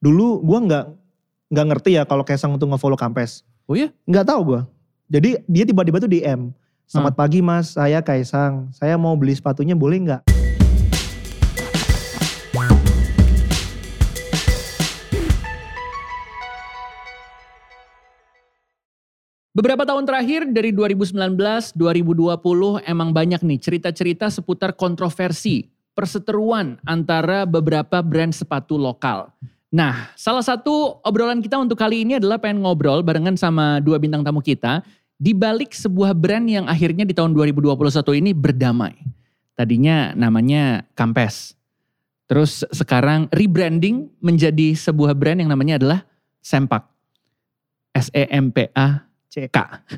Dulu gue nggak ngerti ya kalau Kaisang untuk nge-follow Campes. Oh iya? Nggak tahu gue. Jadi dia tiba-tiba tuh DM. Selamat pagi mas, saya Kaisang. Saya mau beli sepatunya boleh nggak? Beberapa tahun terakhir dari 2019, 2020 emang banyak nih cerita-cerita seputar kontroversi, perseteruan antara beberapa brand sepatu lokal. Nah, salah satu obrolan kita untuk kali ini adalah pengen ngobrol barengan sama dua bintang tamu kita di balik sebuah brand yang akhirnya di tahun 2021 ini berdamai. Tadinya namanya Campes. Terus sekarang rebranding menjadi sebuah brand yang namanya adalah Sempak. SEMPA K.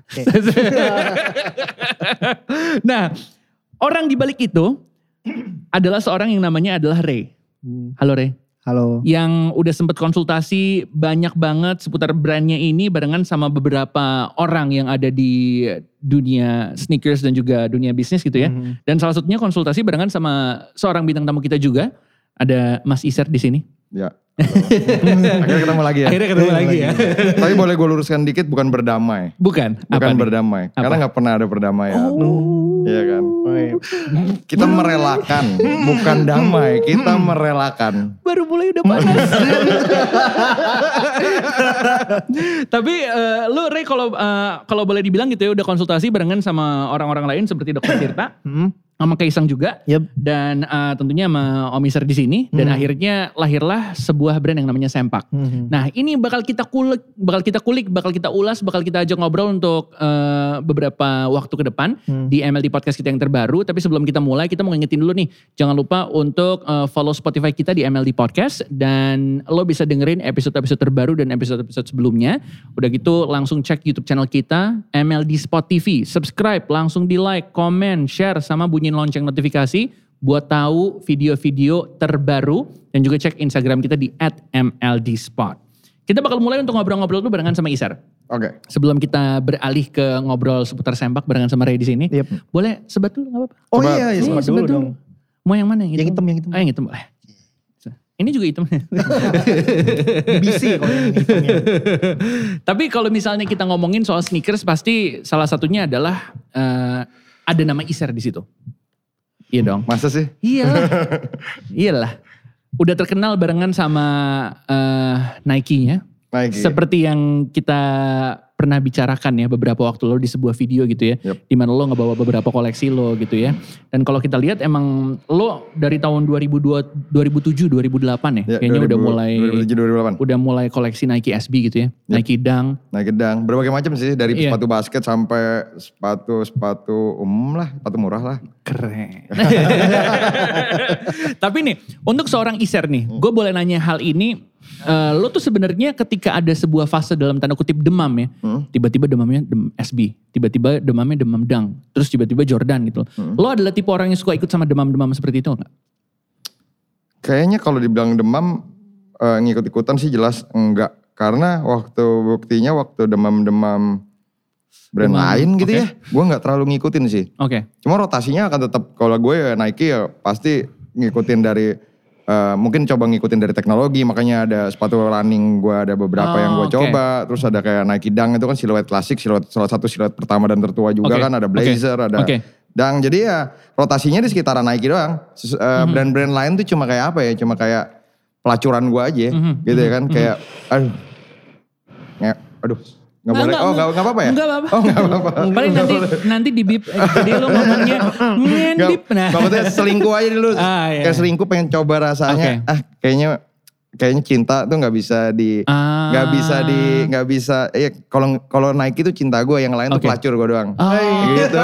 Nah, orang di balik itu adalah seorang yang namanya adalah Ray. Halo Ray. Halo. Yang udah sempet konsultasi banyak banget seputar brandnya ini barengan sama beberapa orang yang ada di dunia sneakers dan juga dunia bisnis gitu ya. Dan salah satunya konsultasi barengan sama seorang bintang tamu kita juga. Ada Mas Iser di sini. Ya. Akhirnya ketemu lagi ya. Akhirnya ketemu lagi ya. Tapi boleh gue luruskan dikit, bukan berdamai. Bukan Berdamai. Apa? Karena gak pernah ada perdamaian. Iya kan. Oh, iya. Kita merelakan, bukan damai. Kita merelakan. Baru mulai udah panas. Tapi lu Ray kalau boleh dibilang gitu ya udah konsultasi barengan sama orang-orang lain seperti Dr. Tirta. Sama Kaisang juga. Yep. Dan tentunya sama Om Iser di sini. Dan akhirnya lahirlah sebuah brand yang namanya Sempak. Nah ini bakal kita kulik, bakal kita ulas, bakal kita ajak ngobrol untuk beberapa waktu ke depan. Di MLD Podcast kita yang terbaru. Tapi sebelum kita mulai, kita mau ngingetin dulu nih. Jangan lupa untuk follow Spotify kita di MLD Podcast. Dan lo bisa dengerin episode-episode terbaru dan episode-episode sebelumnya. Udah gitu langsung cek YouTube channel kita, MLD Spot TV. Subscribe, langsung di like, komen, share, sama bunyiin lonceng notifikasi buat tahu video-video terbaru. Dan juga cek Instagram kita di @mldspot. Kita bakal mulai untuk ngobrol-ngobrol dulu barengan sama Iser. Oke. Sebelum kita beralih ke ngobrol seputar Sempak barengan sama Ray di sini. Yep. Boleh sebat dulu gak apa-apa? Oh Coba. iya, sebat dulu dong. Mau yang mana? Yang hitam. Oh yang hitam boleh. Ini juga hitam. BBC kalau yang hitamnya. Tapi kalau misalnya kita ngomongin soal sneakers pasti salah satunya adalah ada nama Iser di situ. Iya dong. Masa sih? Iyalah. Udah terkenal barengan sama Nike-nya. Nike. Seperti yang kita pernah bicarakan ya beberapa waktu lalu di sebuah video gitu ya. Yep. Dimana lo ngebawa beberapa koleksi lo gitu ya. Dan kalau kita lihat emang lo dari tahun 2007, 2008 ya. Kayaknya 2000, udah mulai 2007, 2008. Udah mulai koleksi Nike SB gitu ya. Yep. Nike Dunk. Nike Dunk. Berbagai macam sih. Dari Iya. sepatu basket sampai sepatu umum lah. Sepatu murah lah. Keren. Tapi nih, untuk seorang Iser nih, gue boleh nanya hal ini. Lo tuh sebenarnya ketika ada sebuah fase dalam tanda kutip demam ya, tiba-tiba demamnya SB, tiba-tiba demamnya demam Dunk, terus tiba-tiba Jordan gitu. Lo adalah tipe orang yang suka ikut sama demam-demam seperti itu enggak? Kayaknya kalau dibilang demam ngikut-ikutan sih jelas enggak. Karena waktu demam-demam brand lain gitu ya, gue gak terlalu ngikutin sih. Oke. Cuma rotasinya akan tetap, kalau gue ya Nike ya pasti ngikutin dari, mungkin coba ngikutin dari teknologi. Makanya ada sepatu running gue ada beberapa yang gue coba. Terus ada kayak Nike Dunk itu kan siluet klasik, salah satu siluet pertama dan tertua juga kan. Ada Blazer, ada Dunk. Jadi ya rotasinya di sekitaran Nike doang. Brand-brand lain tuh cuma kayak apa ya, cuma kayak pelacuran gue aja gitu ya kan. Kayak aduh. Gak boleh, gak apa-apa ya? Enggak apa-apa. Oh gak apa-apa. Paling nanti di bip, jadi lo ngomongnya ngendip. Nah. Maksudnya selingkuh aja dulu. Iya. Kayak selingkuh pengen coba rasanya. Kayaknya cinta tuh nggak bisa. Kalau Nike tuh cinta gue, yang lain tuh pelacur gue doang. Gitu.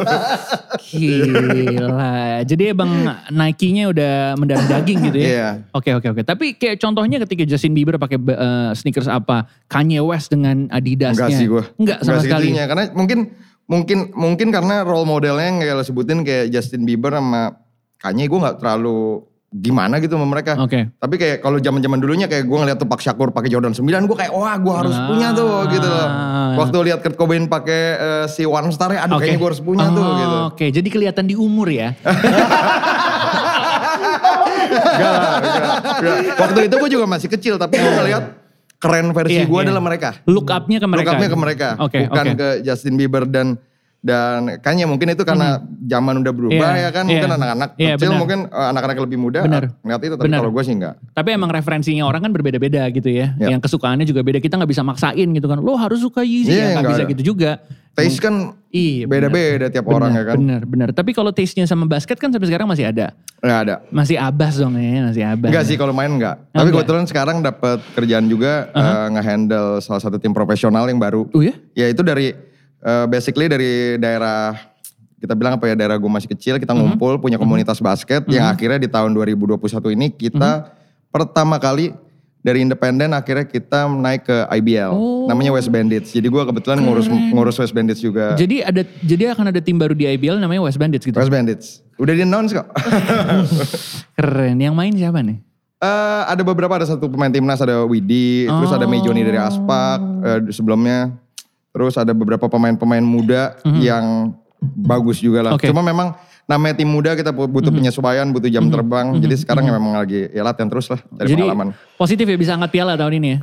Gila. Jadi emang Nike-nya udah mendarah daging gitu ya. Iya. Oke. Tapi kayak contohnya ketika Justin Bieber pakai sneakers apa, Kanye West dengan Adidasnya. Enggak sih gue. Enggak sama sekali. Karena mungkin karena role modelnya yang kayak lo sebutin kayak Justin Bieber sama Kanye, gue nggak terlalu gimana gitu sama mereka. Tapi kayak kalau zaman-zaman dulunya kayak gue ngeliat Tupac Shakur pakai Jordan 9, gue kayak wah gue harus punya tuh gitu loh. Waktu lihat Kurt Cobain pakai si One Star ya, aduh kayaknya gue harus punya tuh gitu. Oke, jadi kelihatan di umur ya. Enggak. Waktu itu gue juga masih kecil, tapi gue ngeliat keren versi gue adalah mereka. Look up-nya ke mereka. Look up-nya ke mereka. Bukan ke Justin Bieber dan kayaknya mungkin itu karena zaman udah berubah ya kan. Mungkin anak-anak kecil, mungkin anak-anak yang lebih muda ngeliat itu. Tapi kalau gue sih enggak. Tapi emang referensinya orang kan berbeda-beda gitu ya. Yang kesukaannya juga beda. Kita gak bisa maksain gitu kan. Lo harus suka Yeezy ya. Gak bisa gitu juga. Taste kan beda-beda tiap orang ya kan. Bener. Tapi kalau taste-nya sama basket kan sampai sekarang masih ada. Nggak ada. Masih abas dong ya, masih abas. Enggak sih kalau main enggak. Tapi kebetulan sekarang dapat kerjaan juga nge-handle salah satu tim profesional yang baru. Oh ya? Ya itu dari basically dari daerah, kita bilang apa ya, daerah gue masih kecil, kita ngumpul punya komunitas basket yang akhirnya di tahun 2021 ini kita pertama kali dari independen akhirnya kita naik ke IBL. Namanya West Bandits. Jadi gue kebetulan ngurus West Bandits juga. Jadi akan ada tim baru di IBL namanya West Bandits gitu. West Bandits. Udah di-announce kok. Keren. Yang main siapa nih? Ada beberapa, ada satu pemain timnas, ada Widi, terus ada Mejoni dari Aspak sebelumnya. Terus ada beberapa pemain-pemain muda yang bagus juga lah. Cuma memang namanya tim muda kita butuh penyesuaian, butuh jam terbang. Jadi sekarang ya memang lagi latihan terus lah, cari pengalaman. Positif ya bisa angkat piala tahun ini ya?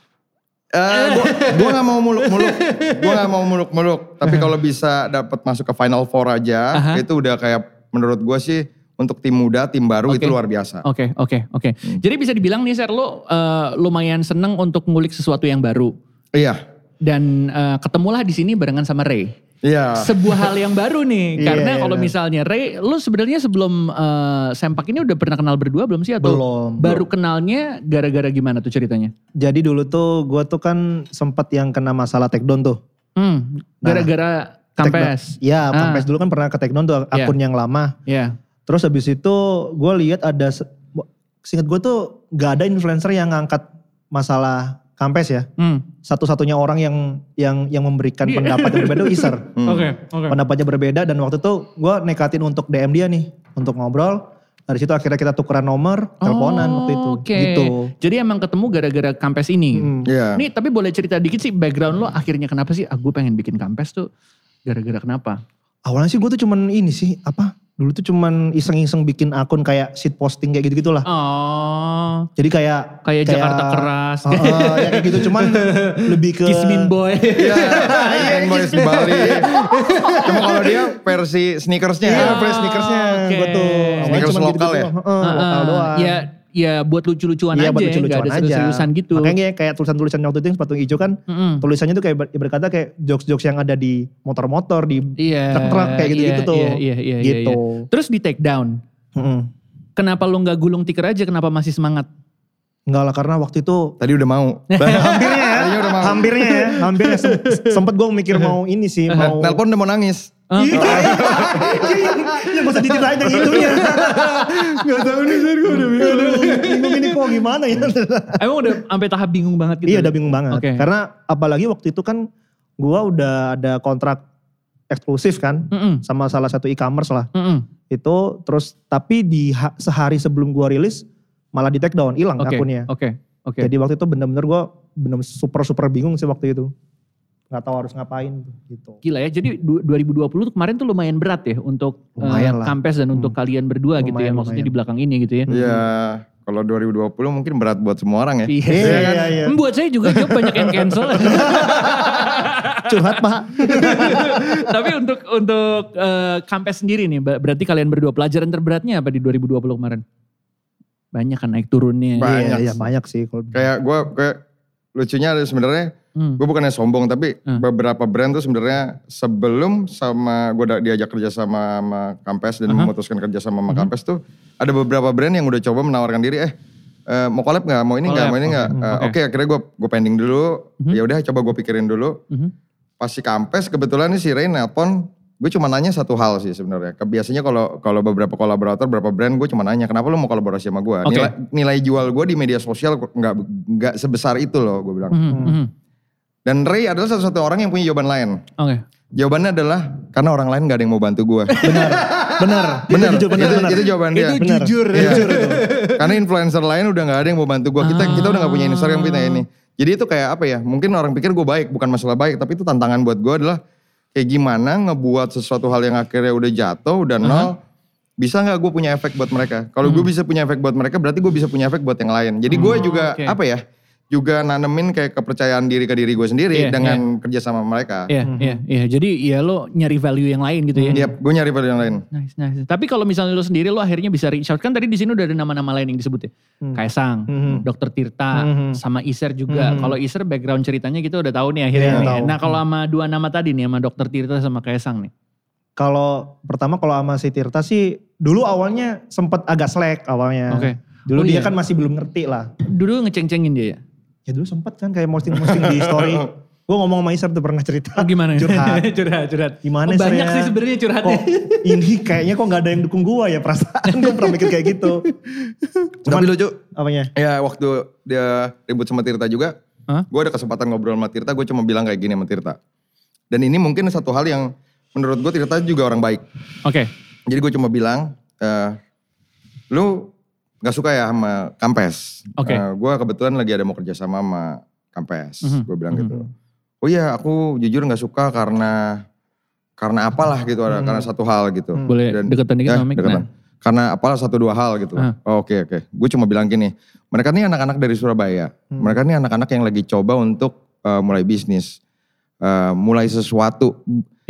Gue gak mau muluk-muluk. Tapi kalau bisa dapat masuk ke Final Four aja, itu udah kayak menurut gue sih untuk tim muda, tim baru itu luar biasa. Oke. Jadi bisa dibilang nih Ser, lo lumayan seneng untuk ngulik sesuatu yang baru. Iya. Dan ketemulah di sini barengan sama Ray. Iya. Sebuah hal yang baru nih. Karena kalau misalnya Ray, lo sebenarnya sebelum Sempak ini udah pernah kenal berdua belum sih? Atau baru kenalnya gara-gara gimana tuh ceritanya? Jadi dulu tuh gue tuh kan sempat yang kena masalah takedown tuh. Gara-gara Campes. Iya, Campes dulu kan pernah ke takedown tuh akun yang lama. Iya. Terus habis itu gue lihat ada, seingat gue tuh gak ada influencer yang ngangkat masalah Campes ya. Satu-satunya orang yang memberikan pendapat yang berbeda Iser. Pendapatnya berbeda dan waktu itu gue nekatin untuk DM dia nih. Untuk ngobrol. Dari situ akhirnya kita tukeran nomor, teleponan waktu itu. Gitu. Jadi emang ketemu gara-gara Campes ini. Nih tapi boleh cerita dikit sih background lo akhirnya kenapa sih? Gue pengen bikin Campes tuh gara-gara kenapa? Awalnya sih gue tuh cuman ini sih dulu tuh cuman iseng-iseng bikin akun kayak shit posting kayak gitu-gitu lah. Jadi kayak Jakarta keras. Ya kayak gitu cuman lebih ke Kismin Boy. Kismin Boy di Bali. Cuma kalau dia versi sneakersnya. Iya, versi sneakersnya. Gue tuh. Sneakers lokal ya? Lokal doang. Ya buat lucu-lucuan aja. Buat lucu-lucuan gak ada serius-seriusan gitu. Makanya kayak tulisan-tulisan waktu itu yang sepatu hijau kan. Tulisannya tuh kayak berkata kayak jokes-jokes yang ada di motor-motor, di truk-truk kayak gitu-gitu tuh. Gitu. Terus di take down. Kenapa lo gak gulung tikar aja? Kenapa masih semangat? Enggak lah karena waktu itu. Tadi udah mau. Hampirnya ya. Sempet gue mikir mau ini sih. Nelpon udah mau nangis. Iya gak usah ditirain yang itunya. Gak tau nih Sir, gue udah bingung ini kok gimana ya. Emang udah sampai tahap bingung banget gitu? Iya udah bingung banget. Karena apalagi waktu itu kan gue udah ada kontrak eksklusif kan. Sama salah satu e-commerce lah. Itu terus tapi di sehari sebelum gue rilis malah di take down, hilang akunnya. Jadi waktu itu bener-bener gue super bingung sih waktu itu. Gak tahu harus ngapain gitu. Gila ya, jadi 2020 tuh kemarin tuh lumayan berat ya untuk Campes dan untuk kalian berdua gitu ya. Maksudnya di belakang ini gitu ya. Iya, kalau 2020 mungkin berat buat semua orang ya. Iya. Buat saya juga banyak yang cancel. Curhat Pak. Tapi untuk Campes sendiri nih, berarti kalian berdua pelajaran terberatnya apa di 2020 kemarin? Banyak kan naik turunnya. Iya banyak sih. Kayak gue lucunya ada sebenarnya. Gue bukannya sombong tapi beberapa brand tuh sebenarnya sebelum sama gue diajak kerja sama Campes dan memutuskan kerja sama Campes tuh ada beberapa brand yang udah coba menawarkan diri mau collab nggak, mau ini nggak, Oke, akhirnya gue pending dulu. Ya udah coba gue pikirin dulu. Pas si Campes kebetulan nih si Ray nelpon, gue cuma nanya satu hal sih sebenarnya. Biasanya kalau beberapa kolaborator, beberapa brand gue cuma nanya kenapa lo mau kolaborasi sama gue. Nilai jual gue di media sosial nggak sebesar itu loh gue bilang. Dan Ray adalah satu-satu orang yang punya jawaban lain. Jawabannya adalah karena orang lain gak ada yang mau bantu gue. Benar. Itu jawaban dia. Itu jujur. Itu. Karena influencer lain udah gak ada yang mau bantu gue. Kita udah gak punya Instagram kita ini. Jadi itu kayak apa ya? Mungkin orang pikir gue baik, bukan masalah baik. Tapi itu tantangan buat gue adalah kayak gimana ngebuat sesuatu hal yang akhirnya udah jatuh, udah nol. bisa gak gue punya efek buat mereka? Kalau gue bisa punya efek buat mereka, berarti gue bisa punya efek buat yang lain. Jadi gue juga juga nanemin kayak kepercayaan diri ke diri gue sendiri dengan kerja sama mereka. Iya. Jadi ya lo nyari value yang lain gitu ya. Iya, gue nyari value yang lain. Nice. Tapi kalau misalnya lo sendiri lo akhirnya bisa reach out. Kan tadi di sini udah ada nama-nama lain yang disebut ya. Kaisang, Dr. Tirta, sama Iser juga. Kalau Iser background ceritanya kita udah tahu nih akhirnya. Nah kalau sama 2 nama tadi nih, sama Dr. Tirta sama Kaisang nih. Kalau pertama kalau sama si Tirta sih dulu awalnya sempet agak slack awalnya. Dulu dia kan masih belum ngerti lah. Dulu ngeceng-cengin dia ya? Ya dulu sempet kan kayak posting di story. Gue ngomong sama Iser tuh pernah cerita. Gimana ya? Curhat. Gimana banyak sih sebenarnya curhatnya. Ini kayaknya kok gak ada yang dukung gue ya perasaan. Gue pernah mikir kayak gitu. Tapi lucu. Apanya? Ya waktu dia ribut sama Tirta juga. Gue ada kesempatan ngobrol sama Tirta. Gue cuma bilang kayak gini sama Tirta. Dan ini mungkin satu hal yang menurut gue Tirta juga orang baik. Jadi gue cuma bilang. Lu gak suka ya sama Campes. Gue kebetulan lagi ada mau kerja sama Campes. Gue bilang gitu. Oh iya aku jujur gak suka karena apalah gitu. Karena satu hal gitu. Boleh deketan dikit sama Mik? Karena apalah 1-2 hal gitu. Oke. Gue cuma bilang gini. Mereka ini anak-anak dari Surabaya. Mereka ini anak-anak yang lagi coba untuk mulai bisnis. Mulai sesuatu.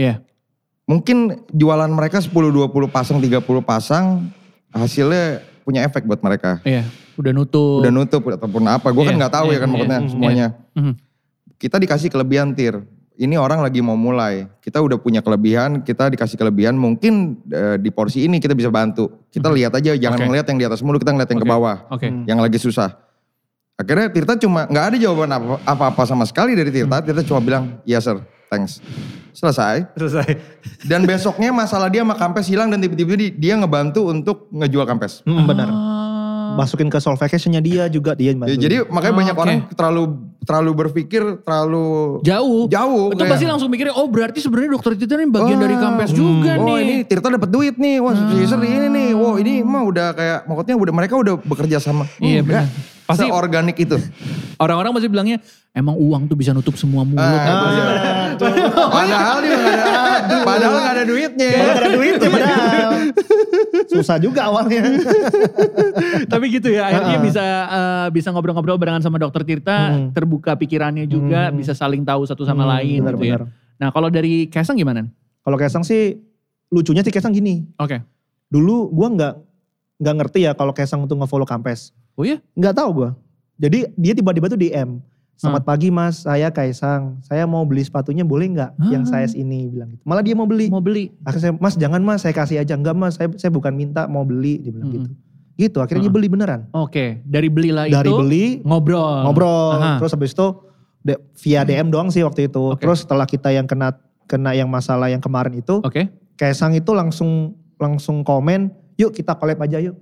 Mungkin jualan mereka 10-20 pasang, 30 pasang. Hasilnya punya efek buat mereka. Udah nutup ataupun apa. Gue kan gak tahu ya kan maksudnya semuanya. Kita dikasih kelebihan Tir. Ini orang lagi mau mulai. Kita udah punya kelebihan, kita dikasih kelebihan. Mungkin di porsi ini kita bisa bantu. Kita lihat aja, jangan ngeliat yang di atas mulu, kita ngeliat yang ke bawah. Yang lagi susah. Akhirnya Tirta cuma gak ada jawaban apa-apa sama sekali dari Tirta. Tirta cuma bilang, iya sir, thanks. Selesai. Dan besoknya masalah dia sama Campes hilang dan tiba-tiba dia ngebantu untuk ngejual Campes. Benar. Masukin ke Solvacation-nya dia juga dia bantu. Jadi makanya banyak orang terlalu berpikir terlalu jauh. Itu kayak, pasti langsung mikirnya berarti sebenarnya Dokter Tirta ini bagian dari Campes juga nih. Ini Tirta dapat duit nih. Wah, Caesar ini nih. Wah, ini mah udah kayak maksudnya mereka udah bekerja sama. Iya benar. Pasti organik itu. Orang-orang masih bilangnya emang uang tuh bisa nutup semua mulut. Padahal dia padahal gak ada duitnya. Padahal. Susah juga awalnya. Tapi gitu ya, akhirnya bisa ngobrol-ngobrol barengan sama Dokter Tirta, terbuka pikirannya juga, bisa saling tahu satu sama lain. Gitu ya. Nah kalau dari Kaisang gimana? Kalau Kaisang sih, lucunya sih Kaisang gini. Dulu gue nggak ngerti ya kalau Kaisang untuk nge-follow Campes. Oh iya? Nggak tahu gue. Jadi dia tiba-tiba tuh DM. Selamat pagi mas, saya Kaisang. Saya mau beli sepatunya boleh nggak? Yang size ini bilang gitu. Malah dia mau beli. Akhirnya saya, mas jangan mas, saya kasih aja. Enggak mas, saya bukan minta, mau beli. Dia bilang gitu. Gitu, akhirnya dia beli beneran. Dari belilah itu. Dari beli, ngobrol. Terus habis itu via DM doang sih waktu itu. Terus setelah kita yang kena yang masalah yang kemarin itu. Kaisang itu langsung komen, yuk kita collab aja yuk.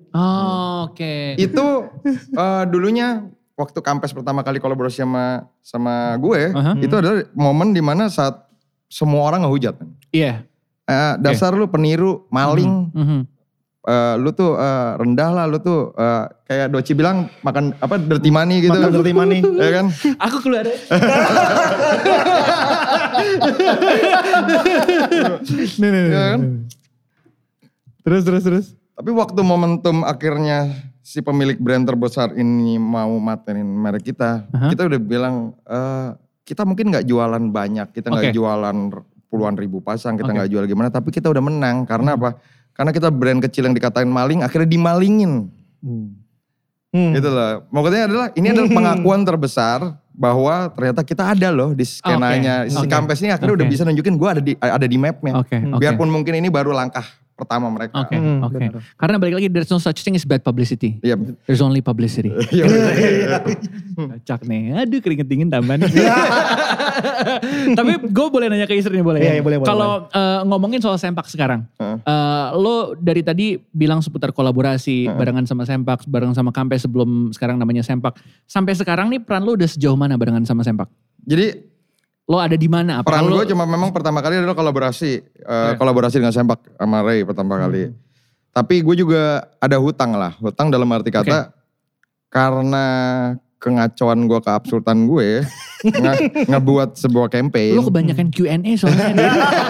Itu dulunya waktu Campes pertama kali kolaborasi sama gue, itu adalah momen dimana saat semua orang ngehujat. Dasar lu peniru, maling, lu tuh rendah lah, lu tuh kayak Doci bilang makan apa dirty money gitu. Makan dirty money. Ya kan? Aku keluar. Kan? Terus. Tapi waktu momentum akhirnya si pemilik brand terbesar ini mau materin merek kita, kita udah bilang kita mungkin gak jualan banyak, kita gak jualan puluhan ribu pasang, kita gak jual gimana, tapi kita udah menang. Karena apa? Karena kita brand kecil yang dikatain maling, akhirnya dimalingin. Gitu loh. Maksudnya ini adalah pengakuan terbesar bahwa ternyata kita ada loh di skenanya. Si Campes ini akhirnya udah bisa nunjukin gue ada di mapnya. Biarpun mungkin ini baru langkah pertama mereka. Karena balik lagi, there's no such thing as bad publicity. There's only publicity. Cocok nih. Aduh keringet dingin tambah nih. Tapi gue boleh nanya ke Iser nih boleh? Iya boleh. Kalau ngomongin soal Sempak sekarang. Lo dari tadi bilang seputar kolaborasi barengan sama Sempak, bareng sama Campes sebelum sekarang namanya Sempak. Sampai sekarang nih peran lo udah sejauh mana barengan sama Sempak? Jadi lo ada di mana? Peran gue cuma memang pertama kali adalah kolaborasi. Kolaborasi dengan Sempak sama Ray pertama kali. Tapi gue juga ada hutang lah. Hutang dalam arti kata karena kengacoan gue, keabsurdan gue ngebuat sebuah campaign. Lu kebanyakan Q&A soalnya.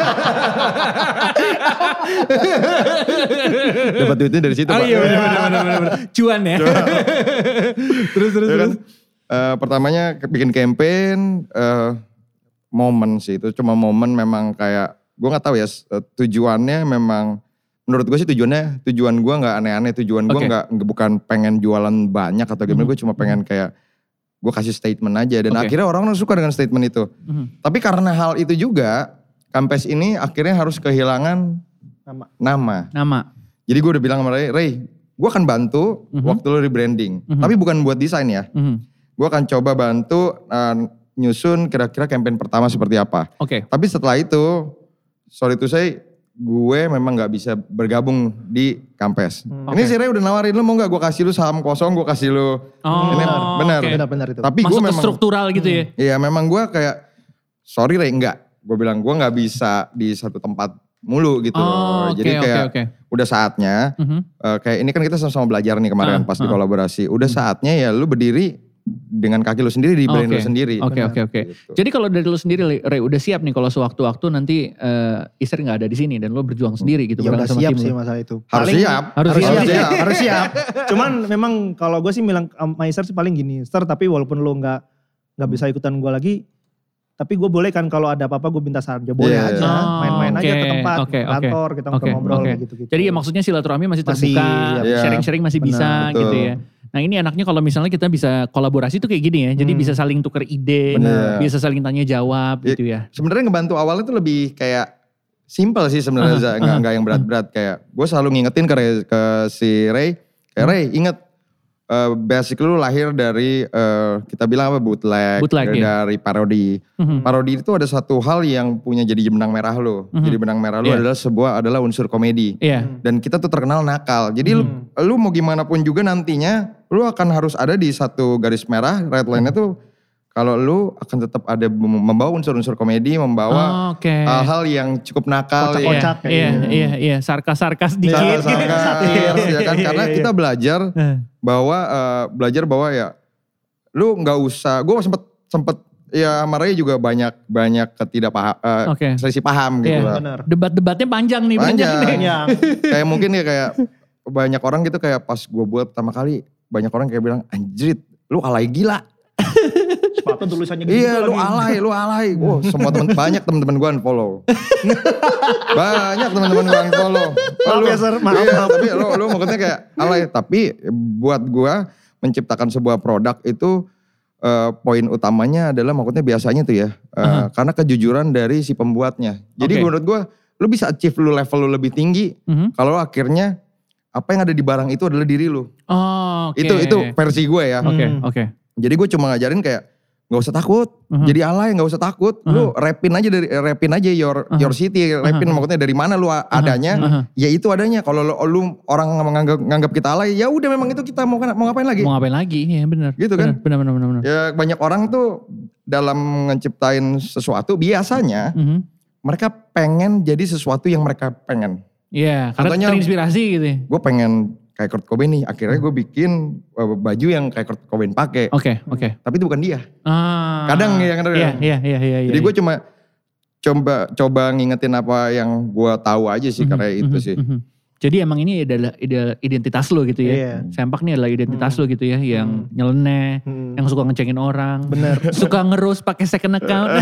Dapat duitnya dari situ, Pak. Iya benar. Cuan ya. Terus. Kan, pertamanya bikin campaign, momen sih itu, cuma momen memang kayak gue nggak tahu ya tujuannya memang. Menurut gue sih tujuan gue gak aneh-aneh, tujuan gue bukan pengen jualan banyak atau gimana, gue cuma pengen kayak gue kasih statement aja dan akhirnya orang suka dengan statement itu. Tapi karena hal itu juga, Campes ini akhirnya harus kehilangan nama. Jadi gue udah bilang sama Ray, gue akan bantu waktu lo rebranding, tapi bukan buat desain ya. Gue akan coba bantu nyusun kira-kira campaign pertama seperti apa. Tapi setelah itu, sorry to say, gue memang gak bisa bergabung di Campes. Ini si Ray udah nawarin, lu mau gak gue kasih lu saham kosong, gue kasih lu. Ini benar. Benar itu. Tapi masuk gue ke memang struktural gitu ya. Iya memang gue kayak, sorry Ray, enggak. Gue bilang gue gak bisa di satu tempat mulu gitu. Jadi kayak udah saatnya, kayak ini kan kita sama-sama belajar nih kemarin pas di kolaborasi. Udah saatnya ya lu berdiri dengan kaki lu sendiri di brand lu sendiri. Oke. Gitu. Jadi kalau dari lu sendiri, Ray, udah siap nih kalau sewaktu-waktu nanti Iser nggak ada di sini dan lu berjuang sendiri gitu. Ya udah siap sih masalah itu. Harus siap. Cuman memang kalau gue sih bilang sama Iser sih paling gini, Sir, tapi walaupun lu nggak bisa ikutan gue lagi, tapi gue boleh kan kalau ada apa-apa gue minta saran, boleh aja, main-main aja ke tempat kantor, kita ngobrol gitu-gitu. Jadi ya maksudnya silaturahmi masih terbuka, sharing-sharing masih bisa gitu ya. Nah ini enaknya kalau misalnya kita bisa kolaborasi tuh kayak gini ya, jadi bisa saling tukar ide, bisa saling tanya jawab gitu ya. Sebenarnya ngebantu awalnya tuh lebih kayak simple sih sebenarnya, nggak yang berat-berat. Kayak gue selalu ngingetin ke si Ray, kayak Ray inget basic lu lahir dari kita bilang apa bootleg dari parodi. Parodi itu ada satu hal yang punya jadi benang merah lu. Jadi benang merah lu adalah unsur komedi. Dan kita tuh terkenal nakal. Jadi lu mau gimana pun juga nantinya lu akan harus ada di satu garis merah, red line-nya tuh kalau lu akan tetap ada membawa unsur-unsur komedi, membawa hal-hal yang cukup nakal. Kocak-kocak. Iya. Sarkas-sarkas dikit. Satir, ya kan? Karena kita belajar bahwa ya lu nggak usah. Gue sempet ya sama Ray juga banyak selisih paham gitu lah. Benar. Debat-debatnya panjang nih. Panjang. Kayak mungkin ya kayak banyak orang gitu kayak pas gue buat pertama kali banyak orang kayak bilang anjrit lu alay gila. Sepatu tulisannya gitu. Iya lu alay. Wow, semua banyak teman-teman gue unfollow. Banyak teman-teman gue unfollow. Maaf ya Sir, maaf. Tapi lu maksudnya kayak alay. Tapi buat gue menciptakan sebuah produk itu poin utamanya adalah maksudnya biasanya tuh ya. Karena kejujuran dari si pembuatnya. Jadi menurut gue lu bisa achieve level lu lebih tinggi. Kalau akhirnya apa yang ada di barang itu adalah diri lu. Itu versi gue ya. Jadi gue cuma ngajarin kayak gak usah takut. Jadi alay gak usah takut. Lu rapin aja your city. Rapin maksudnya dari mana lu adanya. Ya itu adanya. Kalau lu orang nganggap kita alay. Ya udah memang itu kita mau ngapain lagi. Mau ngapain lagi. Ya benar. Gitu kan. Benar. Ya banyak orang tuh dalam menciptain sesuatu biasanya. Mereka pengen jadi sesuatu yang mereka pengen. Iya, karena terinspirasi gitu ya. Gue pengen kayak Kurt Cobain nih, akhirnya gue bikin baju yang kayak Kurt Cobain pakai. Oke. Tapi itu bukan dia. Kadang ya. Iya. Jadi gue cuma coba ngingetin apa yang gue tahu aja sih karena itu sih. Jadi emang ini adalah identitas lo gitu ya. Sempak nih adalah identitas lo gitu ya, yang nyeleneh, yang suka ngecengin orang. Bener. Suka ngerus pakai second account.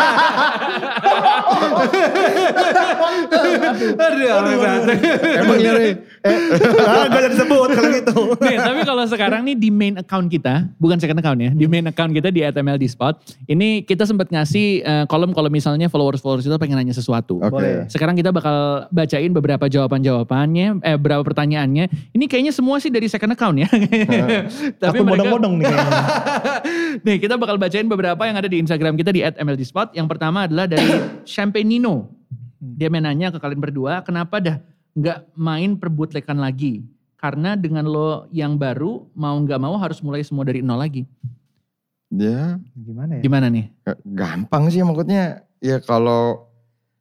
Emang ya Ray? Gak jadi sebut kalau gitu. Nih, tapi kalau sekarang nih di main account kita, bukan second account ya, di main account kita di @mldspot, ini kita sempat ngasih kolom kalau misalnya followers kita pengen nanya sesuatu. Sekarang kita bakal bacain beberapa jawabannya, beberapa pertanyaannya. Ini kayaknya semua sih dari second account ya. Tapi aku bodong-bodong nih kayaknya. Nih kita bakal bacain beberapa yang ada di Instagram kita di @mldspot. Yang pertama adalah dari Champagne Nino. Dia nanya ke kalian berdua, kenapa dah gak main perbutlekan lagi? Karena dengan lo yang baru, mau gak mau harus mulai semua dari nol lagi. Ya. Gimana nih? Gampang sih maksudnya. Ya kalau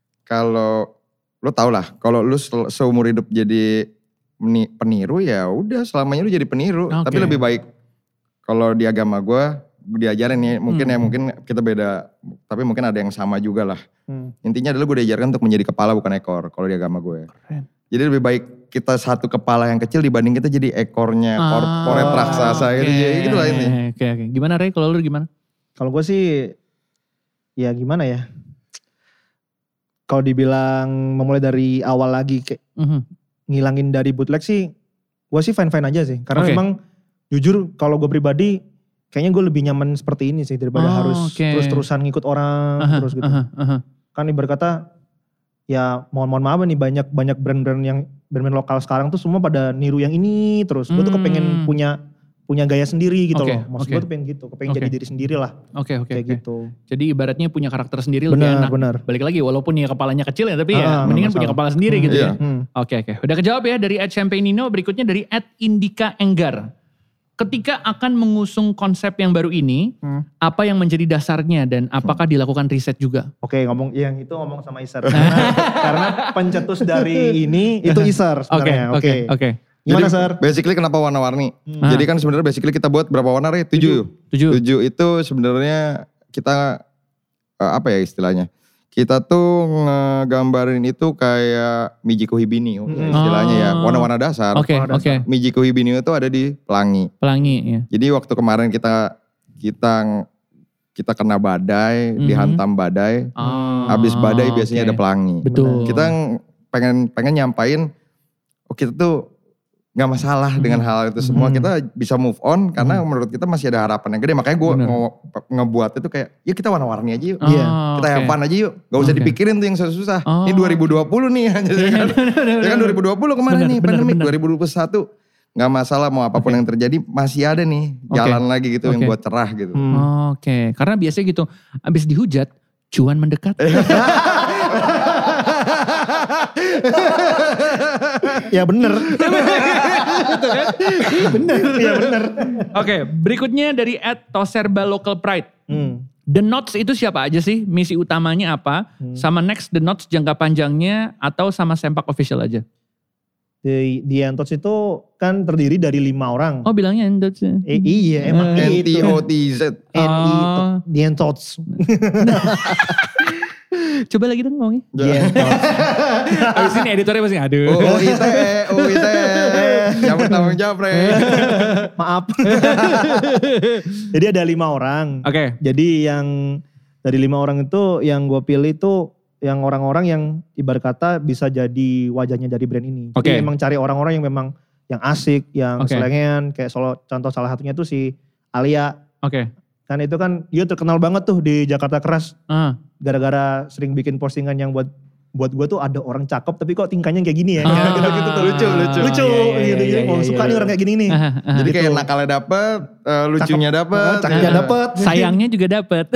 lo tau lah, kalau lo seumur hidup jadi peniru ya udah selamanya lo jadi peniru. Tapi lebih baik kalau di agama gue diajarin nih, mungkin kita beda, tapi mungkin ada yang sama juga lah. Intinya adalah gue diajarkan untuk menjadi kepala bukan ekor kalau di agama gue. Keren. Jadi lebih baik kita satu kepala yang kecil dibanding kita jadi ekornya korporat raksasa gitu. Jadi gitu lah ini. Oke. Gimana Ray, kalau lu gimana? Kalau gue sih ya gimana ya. Kalau dibilang memulai dari awal lagi kayak ngilangin dari bootleg sih, gue sih fine-fine aja sih. Karena memang jujur kalau gue pribadi kayaknya gue lebih nyaman seperti ini sih daripada harus terus-terusan ngikut orang terus gitu. Kan ibarat kata ya mohon maaf nih banyak brand-brand yang brand lokal sekarang tuh semua pada niru yang ini terus. Gue tuh kepengen punya gaya sendiri gitu loh. Maksud gue tuh pengen gitu, kepengen jadi diri sendiri lah. Oke. Gitu. Jadi ibaratnya punya karakter sendiri lebih enak. Benar. Balik lagi walaupun ya kepalanya kecil ya tapi ya mendingan punya kepala sendiri gitu ya. Oke. Udah kejawab ya dari @champagnino, berikutnya dari @indika enggar. Ketika akan mengusung konsep yang baru ini, apa yang menjadi dasarnya dan apakah dilakukan riset juga? Oke, ngomong sama Isar. Karena pencetus dari ini itu Isar sebenarnya. Oke. Gimana Sar? Basically kenapa warna-warni? Jadi kan sebenarnya basically kita buat berapa warna Re? 7. 7 itu sebenarnya kita apa ya istilahnya? Kita tuh ngegambarin itu kayak Mijiko Hibini istilahnya ya. Warna-warna dasar. Oke. Mijiko Hibini itu ada di pelangi. Ya. Jadi waktu kemarin kita kena badai, dihantam badai. Habis badai biasanya ada pelangi. Betul. Kita pengen nyampain kita tuh gak masalah dengan hal itu semua. Kita bisa move on karena menurut kita masih ada harapan yang gede. Makanya gue ngebuat itu kayak yuk kita warna-warni aja yuk. Kita have fun aja yuk. Gak usah dipikirin tuh yang susah-susah. Ini 2020 nih. Ya kan 2020 kemarin nih pandemik. 2021 gak masalah mau apapun yang terjadi masih ada nih jalan lagi gitu yang buat cerah gitu. Oke. Karena biasanya gitu abis dihujat cuan mendekat. Ya bener. Bener. Oke, berikutnya dari @toserba local pride. The Notes itu siapa aja sih? Misi utamanya apa? Sama next The Notes jangka panjangnya atau sama Sempak official aja? The Entots itu kan terdiri dari 5 orang. Oh bilangnya Entots ya? Iya emang itu. NTOTZ. The Entots. Coba lagi dong ngomongnya. The Entots. Abis ini editornya pasti aduh. UITE. Yang bertanggung jawab Re. Maaf. Jadi ada 5 orang. Oke. Jadi yang dari 5 orang itu yang gue pilih itu yang orang-orang yang ibarat kata bisa jadi wajahnya dari brand ini. Jadi memang cari orang-orang yang memang yang asik, yang selengean. Kayak contoh salah satunya tuh si Alia. Kan itu kan dia terkenal banget tuh di Jakarta Keras. Gara-gara sering bikin postingan yang buat gue tuh ada orang cakep tapi kok tingkahnya kayak gini ya. Gitu tuh. Lucu. Suka nih orang kayak gini nih. Jadi kayak nakalnya dapet, lucunya dapet. Cakepnya dapet. Sayangnya juga dapet.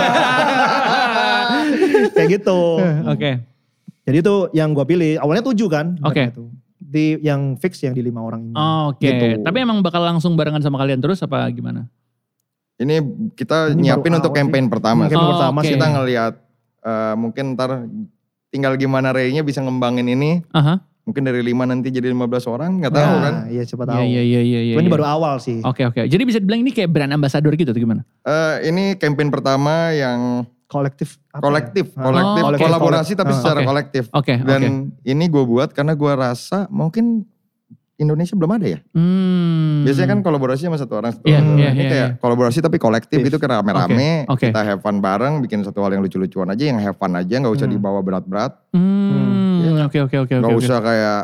Kayak gitu. Jadi itu yang gue pilih. Awalnya 7 kan. Di yang fix yang di 5 orang ini. Gitu. Tapi emang bakal langsung barengan sama kalian terus apa gimana? Ini kita nyiapin untuk campaign pertama. Kita ngelihat mungkin ntar tinggal gimana Ray-nya bisa ngembangin ini. Mungkin dari 5 nanti jadi 15 orang, gak tahu kan. Iya siapa tahu. Iya. Ini baru awal sih. Oke. Jadi bisa dibilang ini kayak brand ambassador gitu atau gimana? Ini campaign pertama yang kolektif. Kolaborasi tapi secara kolektif. Dan ini gue buat karena gue rasa mungkin Indonesia belum ada ya. Biasanya kan kolaborasi sama satu orang. Ini kayak kolaborasi tapi kolektif gitu kayak rame-rame. Kita have fun bareng, bikin satu hal yang lucu-lucuan aja, yang have fun aja, gak usah dibawa berat-berat. Oke. Gak usah kayak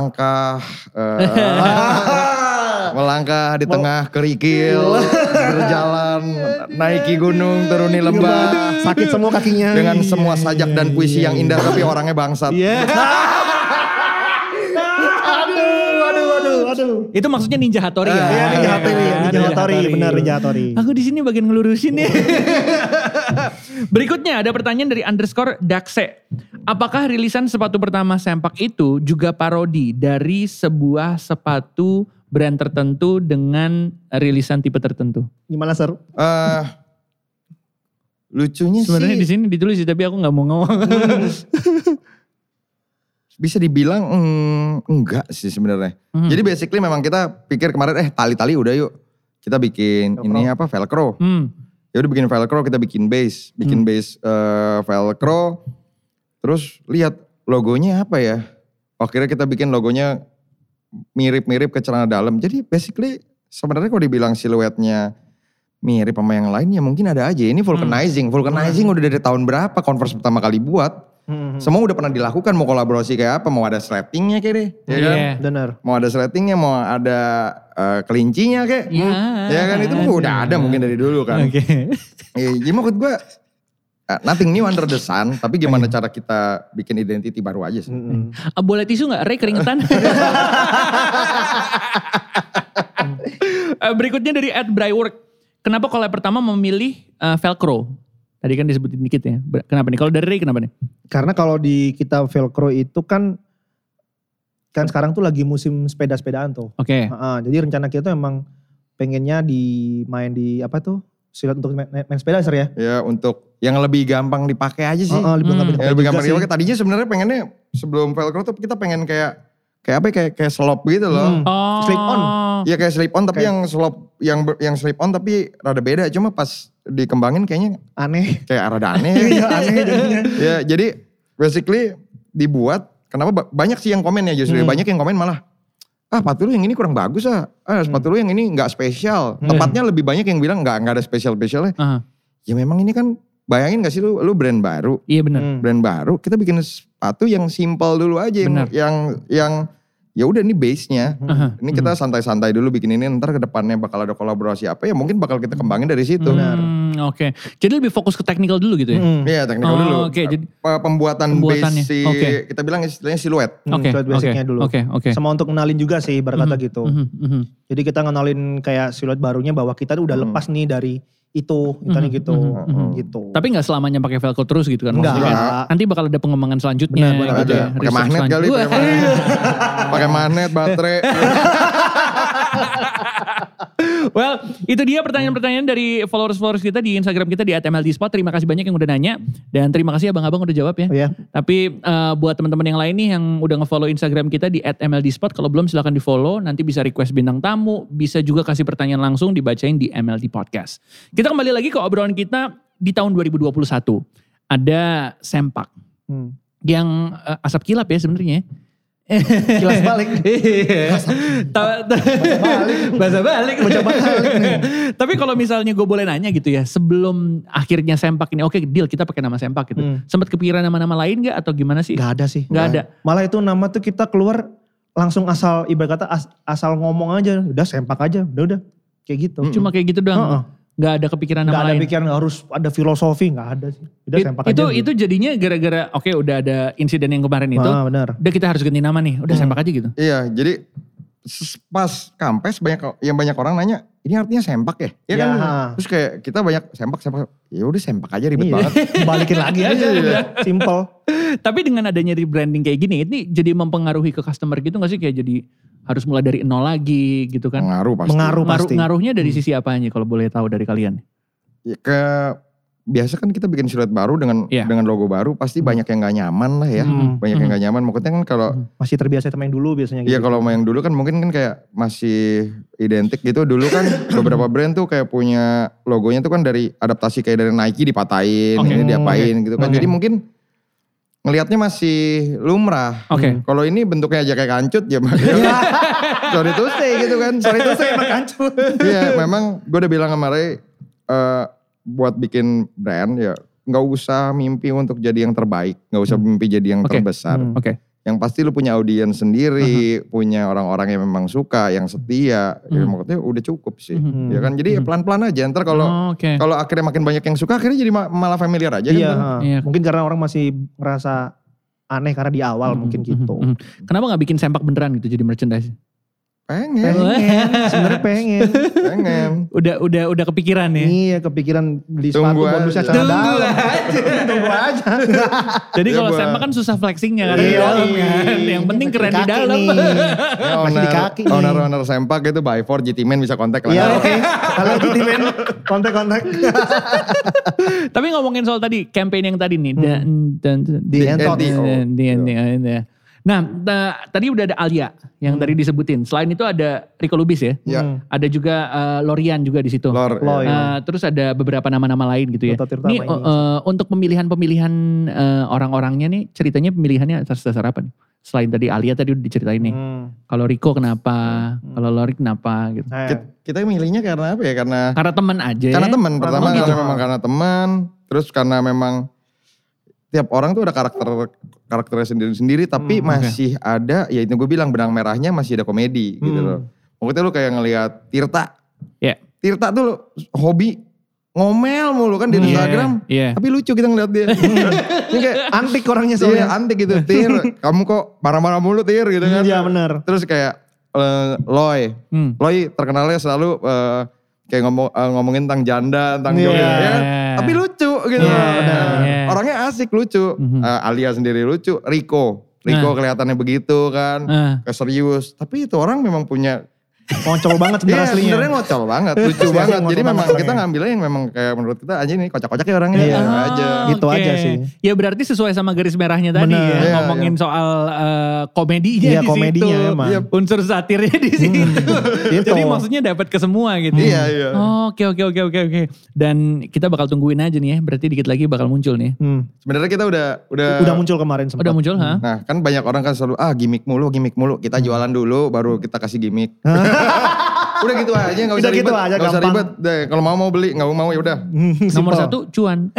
melangkah di tengah kerikil, berjalan, naiki gunung, turuni lembah. Sakit semua kakinya. Dengan semua sajak dan puisi yang indah tapi orangnya bangsat. Aduh. Itu maksudnya Ninja Hattori ya? Iya Ninja Hattori, benar Ninja Hattori. Aku di sini bagian ngelurusin nih. Berikutnya ada pertanyaan dari _Dakse. Apakah rilisan sepatu pertama Sempak itu juga parodi dari sebuah sepatu brand tertentu dengan rilisan tipe tertentu? Gimana Sar? Lucunya sebenarnya sih. Di sini ditulis sih tapi aku nggak mau ngomong. Bisa dibilang enggak sih sebenarnya. Jadi basically memang kita pikir kemarin tali-tali udah yuk. kita bikin ini apa Velcro. Ya udah bikin Velcro, kita bikin base Velcro. Terus lihat logonya apa ya? Akhirnya kita bikin logonya mirip-mirip ke celana dalam. Jadi basically sebenarnya kalau dibilang siluetnya mirip sama yang lain ya mungkin ada aja. Ini vulcanizing udah dari tahun berapa Converse pertama kali buat. Semua udah pernah dilakukan, mau kolaborasi kayak apa, mau ada sletingnya kayak deh. Ya kan? Benar. Mau ada sletingnya, mau ada kelincinya kayak. Ya kan itu udah ada mungkin dari dulu kan. Jadi maksud gue nothing new under the sun, tapi gimana cara kita bikin identity baru aja sih. Boleh tisu gak? Ray keringetan. Berikutnya dari @Brywork. Kenapa collab pertama memilih Velcro? Tadi kan disebutin dikit ya. Kenapa nih? Kalau dari Ray kenapa nih? Karena kalau di kita Velcro itu kan sekarang tuh lagi musim sepeda-sepedaan tuh. Oke. Jadi rencana kita tuh emang pengennya main di apa tuh? Silat untuk main sepeda ya. Ya untuk yang lebih gampang dipakai aja sih. Lebih gampang dipakai. Tadinya sebenarnya pengennya sebelum Velcro tuh kita pengen kayak slop gitu loh. Slip on. Iya kayak slip on tapi yang slop yang slip on tapi rada beda. Cuma pas dikembangin kayaknya aneh. Kayak rada aneh. Iya aneh jadinya. Ya jadi basically dibuat. Kenapa banyak sih yang komen ya justru. Banyak yang komen malah. Sepatu lu yang ini kurang bagus sepatu lu yang ini gak spesial. Tepatnya lebih banyak yang bilang gak ada spesial-spesialnya. Ya memang ini kan bayangin gak sih lu brand baru. Iya benar. Brand baru kita bikin sepatu yang simple dulu aja. Yang ya udah ini base-nya. Ini kita santai-santai dulu bikin ini, ntar ke depannya bakal ada kolaborasi apa ya mungkin bakal kita kembangin dari situ. Oke. Jadi lebih fokus ke technical dulu gitu ya? Iya teknikal dulu. Jadi pembuatannya base kita bilang istilahnya siluet. Siluet basicnya dulu. Sama untuk ngenalin juga sih berkata gitu. Jadi kita ngenalin kayak siluet barunya bahwa kita udah lepas nih dari itu gitu. Tapi gak selamanya pakai Velcro terus gitu kan? Enggak. Nanti bakal ada pengembangan selanjutnya. Gitu ya. Pakai magnet kali. Pakai magnet, baterai. Well, itu dia pertanyaan-pertanyaan dari followers kita di Instagram kita di @mldspot. Terima kasih banyak yang udah nanya. Dan terima kasih abang-abang udah jawab ya. Iya. Tapi buat teman-teman yang lain nih yang udah nge-follow Instagram kita di @mldspot. Kalau belum silahkan di-follow. Nanti bisa request bintang tamu. Bisa juga kasih pertanyaan langsung dibacain di MLD Podcast. Kita kembali lagi ke obrolan kita di tahun 2021. Ada Sempak. Yang asap kilap ya sebenarnya. Kilas balik. Bahasa balik. Tapi kalau misalnya gue boleh nanya gitu ya, sebelum akhirnya Sempak ini, oke deal kita pakai nama Sempak gitu. Sempat kepikiran nama-nama lain gak atau gimana sih? Gak ada sih. Gak ada. Malah itu nama tuh kita keluar langsung asal ibarat kata asal ngomong aja. Udah Sempak aja, udah. Kayak gitu. Cuma kayak gitu doang. Gak ada kepikiran nama lain. Gak ada pikiran harus ada filosofi, gak ada sih. Udah Sempak aja. Itu jadinya gara-gara udah ada insiden yang kemarin itu. Benar. Udah kita harus ganti nama nih. Udah Sempak aja gitu. Iya jadi pas kampes banyak orang nanya ini artinya Sempak ya? Iya kan? Terus kayak kita banyak Sempak. Ya udah Sempak aja ribet banget. Balikin lagi aja. Simple. Tapi dengan adanya rebranding kayak gini, ini jadi mempengaruhi ke customer gitu gak sih? Kayak jadi harus mulai dari nol lagi gitu kan? Pengaruh pasti. Ngaruhnya dari sisi apanya kalau boleh tahu dari kalian? Ya, biasa kan kita bikin siluet baru dengan logo baru pasti banyak yang gak nyaman lah ya. Banyak yang gak nyaman. Maksudnya kan kalau masih terbiasa sama yang dulu biasanya gitu. Iya kalau yang dulu kan mungkin kan kayak masih identik gitu. Dulu kan beberapa brand tuh kayak punya logonya tuh kan dari adaptasi kayak dari Nike dipatahin, ini diapain gitu kan. Jadi mungkin ngelihatnya masih lumrah. Kalau ini bentuknya aja kayak kancut ya. Sorry to say gitu kan. Sorry to say emang kancut. Iya memang gue udah bilang sama Ray buat bikin brand ya gak usah mimpi untuk jadi yang terbaik. Gak usah mimpi jadi yang terbesar. Yang pasti lu punya audiens sendiri, punya orang-orang yang memang suka, yang setia. Ya maksudnya udah cukup sih. Ya kan jadi pelan-pelan aja. Ntar kalau akhirnya makin banyak yang suka akhirnya jadi malah familiar aja. Iya. Mungkin karena orang masih ngerasa aneh karena di awal mungkin gitu. Kenapa gak bikin Sempak beneran gitu jadi merchandise? Pengen. Sebenarnya pengen. Udah kepikiran ya? Iya kepikiran beli sepatu bonusnya celana dalam. Tunggu aja. Jadi kalau Sempak kan susah flexingnya kan di dalam kan. Yang penting keren di dalam. Masih di kaki nih. Owner Sempak itu by for GT Man bisa kontak lah. Iya oke. Kalau GT Man kontak. Tapi ngomongin soal tadi campaign yang tadi nih. Nah, tadi udah ada Alia yang tadi disebutin. Selain itu ada Rico Lubis ya. Ada juga Lorian juga di situ. Terus ada beberapa nama-nama lain gitu ya. Ini untuk pemilihan-pemilihan orang-orangnya nih, ceritanya pemilihannya atas dasar apa nih? Selain tadi Alia tadi udah diceritain nih. Kalau Rico kenapa? Kalau Lori kenapa gitu. Kita milihnya karena apa ya? Karena teman aja. Karena teman. Pertama karena memang karena teman. Terus karena memang tiap orang tuh ada karakternya sendiri-sendiri, tapi masih ada, ya itu gue bilang benang merahnya masih ada komedi gitu loh. Maksudnya lu kayak ngelihat Tirta. Tirta tuh hobi ngomel mulu kan di Instagram, tapi lucu kita ngeliat dia. Ini kayak antik orangnya soalnya. Iya antik gitu, Tir, kamu kok marah-marah mulu Tir gitu kan. Iya benar. Terus kayak Loy terkenalnya selalu kayak ngomongin tentang janda, tentang joget, tapi lucu gitu. Orangnya asik, lucu. Alia sendiri lucu. Rico kelihatannya begitu kan, serius. Tapi itu orang memang punya ngocol banget sebenarnya aslinya. Sebenarnya ngocol banget, lucu banget. Jadi memang kita ngambilnya yang memang kayak menurut kita aja nih kocak-kocak ya orangnya. Aja. Gitu aja sih. Ya berarti sesuai sama garis merahnya tadi ya. Ngomongin soal komedinya di komedinya situ. Emang. Unsur satirnya di situ. Jadi maksudnya dapat ke semua gitu. Iya. Oke. Dan kita bakal tungguin aja nih ya. Berarti dikit lagi bakal muncul nih. Sebenarnya kita udah muncul kemarin sempat. Udah muncul, Nah kan banyak orang kan selalu gimmick mulu. Kita jualan dulu baru kita kasih gimmick. Udah gitu aja, gak usah ribet. Gak usah ribet. Kalau mau beli, gak mau ya udah. Nomor 1 cuan.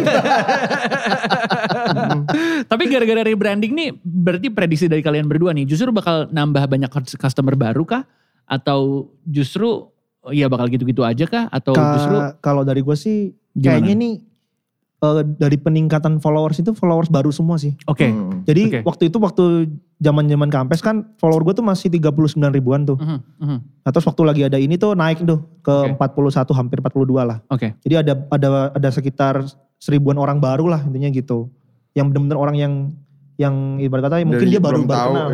Tapi gara-gara rebranding nih, berarti prediksi dari kalian berdua nih, justru bakal nambah banyak customer baru kah? Atau justru ya bakal gitu-gitu aja kah? Atau justru kalau dari gue sih kayaknya nih dari peningkatan followers itu followers baru semua sih. Oke. Jadi waktu zaman Kampes kan follower gue tuh masih 39 ribuan tuh. Nah terus waktu lagi ada ini tuh naik tuh ke 41 hampir 42 lah. Jadi ada sekitar 1000-an orang baru lah intinya gitu. Yang benar-benar orang yang ibarat kata mungkin dia baru kenal.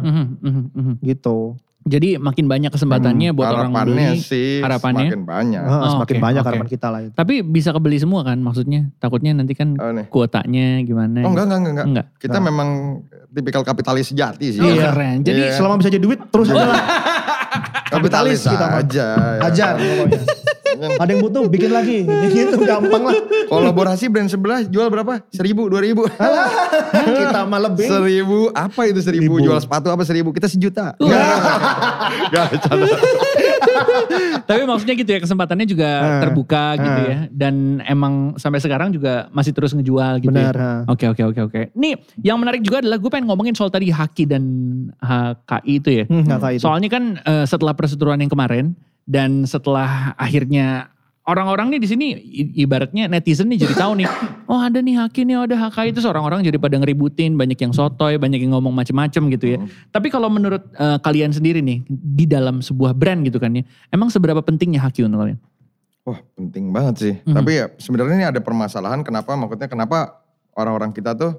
Gitu. Jadi makin banyak kesempatannya buat orang beli. Harapannya semakin banyak. Semakin banyak harapan kita lah itu. Tapi bisa kebeli semua kan maksudnya? Takutnya nanti kan kuotanya gimana? Oh enggak. Kita memang tipikal kapitalis sejati sih. Keren. Jadi selama bisa jadi duit terus aja lah. Kapitalis kita aja. Ajar pokoknya. Ada yang butuh bikin lagi. Gitu gampang lah. Kolaborasi brand sebelah jual berapa? 1.000, 2.000. Kita mah lebih. 1.000, apa itu 1.000? Jual sepatu apa 1.000? Kita 1 juta. Gak bercanda. Tapi maksudnya gitu ya, kesempatannya juga terbuka gitu ya. Dan emang sampai sekarang juga masih terus ngejual gitu. Benar. Ya. Oke. Nih yang menarik juga adalah gue pengen ngomongin soal tadi Haki dan HKI itu ya. Soalnya kan setelah perseteruan yang kemarin dan setelah akhirnya orang-orang nih di sini ibaratnya netizen nih jadi tahu nih, oh ada nih Haki nih, ada HKI, itu orang-orang jadi pada ngeributin, banyak yang sotoy, banyak yang ngomong macem-macem gitu ya. Tapi kalau menurut kalian sendiri nih di dalam sebuah brand gitu kan ya, emang seberapa pentingnya Haki untuk kalian? Wah penting banget sih. Tapi ya sebenarnya ini ada permasalahan kenapa orang-orang kita tuh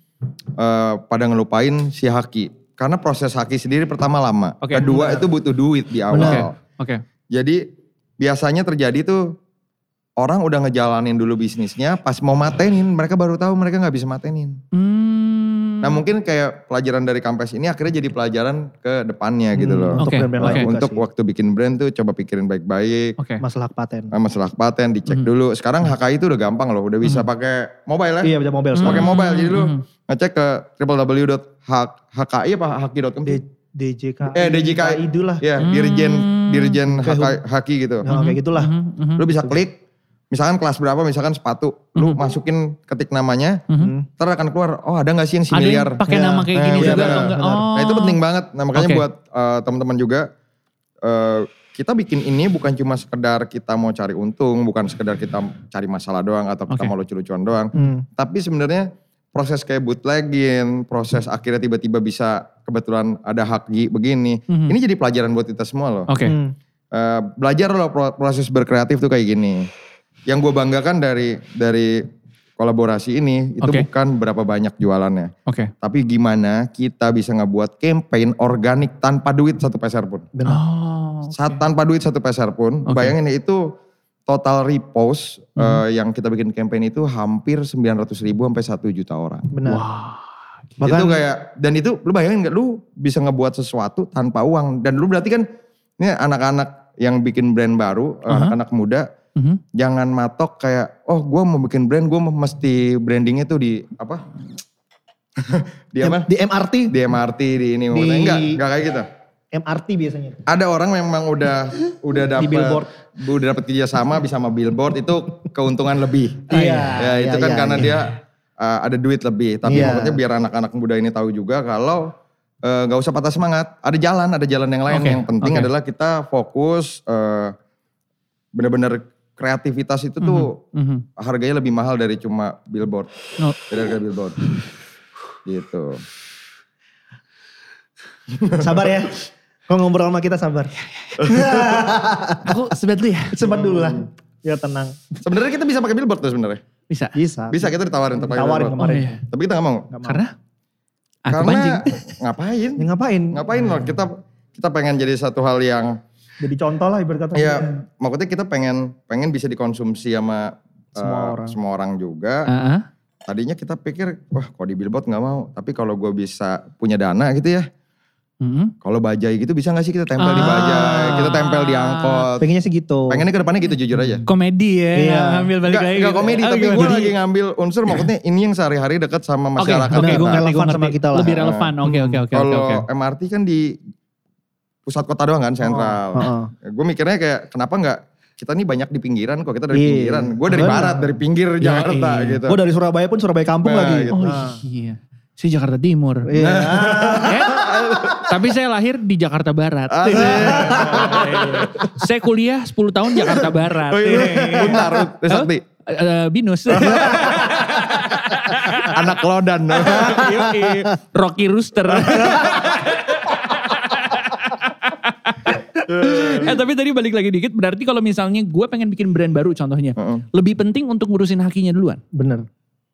pada ngelupain si Haki. Karena proses Haki sendiri pertama lama, kedua itu butuh duit di awal. Jadi biasanya terjadi tuh orang udah ngejalanin dulu bisnisnya, pas mau matenin mereka baru tahu mereka gak bisa matenin. Nah mungkin kayak pelajaran dari Kampes ini akhirnya jadi pelajaran ke depannya gitu loh. Untuk waktu bikin brand tuh coba pikirin baik-baik. Masalah paten. Masalah paten dicek dulu. Sekarang HKI itu udah gampang loh, udah bisa pakai mobile ya. Iya bisa mobile. Pakai mobile, jadi lu ngecek ke www.hki.com. DJKI itulah. Ya, Dirjen Haki gitu. Kayak gitulah. Lu bisa klik, misalkan kelas berapa, misalkan sepatu. Lu masukin ketik namanya, ntar akan keluar, oh ada gak sih yang si miliar. Ada pakai nama kayak gini juga atau enggak? Nah itu penting banget. Nah makanya buat teman-teman juga, kita bikin ini bukan cuma sekedar kita mau cari untung, bukan sekedar kita cari masalah doang, atau kita mau lucu-lucuan doang. Tapi sebenarnya proses kayak bootlegin, proses akhirnya tiba-tiba bisa kebetulan ada Haki begini. Ini jadi pelajaran buat kita semua loh. Belajar loh proses berkreatif tuh kayak gini. Yang gue banggakan dari kolaborasi ini itu bukan berapa banyak jualannya. Tapi gimana kita bisa ngebuat campaign organik tanpa duit 1 peser pun. Tanpa duit 1 peser pun. Bayangin itu total repost yang kita bikin campaign itu hampir 900.000 sampai 1 juta orang. Benar. Wah, Bahkan, itu kayak, dan itu lu bayangin gak lu bisa ngebuat sesuatu tanpa uang. Dan lu berarti kan ini anak-anak yang bikin brand baru, anak-anak muda, jangan matok kayak, oh gue mau bikin brand, gue mesti brandingnya tuh di apa? Di apa? Di MRT. Di MRT, di ini. Enggak kayak gitu. MRT biasanya. Ada orang memang udah dapat kerjasama bisa sama billboard itu keuntungan lebih. Ya itu kan karena dia ada duit lebih. Tapi maksudnya biar anak-anak muda ini tahu juga kalau gak usah patah semangat. Ada jalan yang lain. Yang penting adalah kita fokus benar-benar kreativitas itu tuh harganya lebih mahal dari cuma billboard. Dari harga billboard. Gitu. Sabar ya. Kalau ngobrol sama kita sabar. Aku sebat dulu ya. Sebat dulu lah. Biar tenang. Sebenarnya kita bisa pakai billboard tuh sebenarnya. Bisa. Bisa kita ditawarin untuk pakai billboard. Kemarin. Tapi kita gak mau. Karena? Ngapain? Ya ngapain? Ngapain loh. Kita pengen jadi satu hal yang. Jadi contoh lah ibarat kata. Iya. Maksudnya kita pengen bisa dikonsumsi sama semua orang juga. Tadinya kita pikir, wah kalau di billboard gak mau. Tapi kalau gue bisa punya dana gitu ya. Kalau bajai gitu bisa gak sih kita tempel di bajai, kita tempel di angkot. Pengennya sih gitu. Pengennya ke depannya gitu jujur aja. Komedi ya, iya. ngambil balik lagi. Gak komedi, tapi gue lagi ngambil unsur maksudnya ini yang sehari-hari dekat sama masyarakat. Oke, gue relevan sama kita lah. Lebih relevan, oke. Kalau MRT kan di pusat kota doang kan, sentral. Gue mikirnya kayak kenapa gak kita nih banyak di pinggiran kok, kita dari pinggiran. Gue dari barat, dari pinggir Jakarta gitu. Gue dari Surabaya pun Surabaya kampung lagi. Gitu. Iya. Saya Jakarta Timur. Tapi saya lahir di Jakarta Barat. Saya kuliah 10 tahun Jakarta Barat. Bentar, Sakti. Binus. Anak Lodan. Rocky Rooster. Tapi tadi balik lagi dikit, berarti kalau misalnya gue pengen bikin brand baru contohnya. Lebih penting untuk ngurusin hakinya duluan? Bener.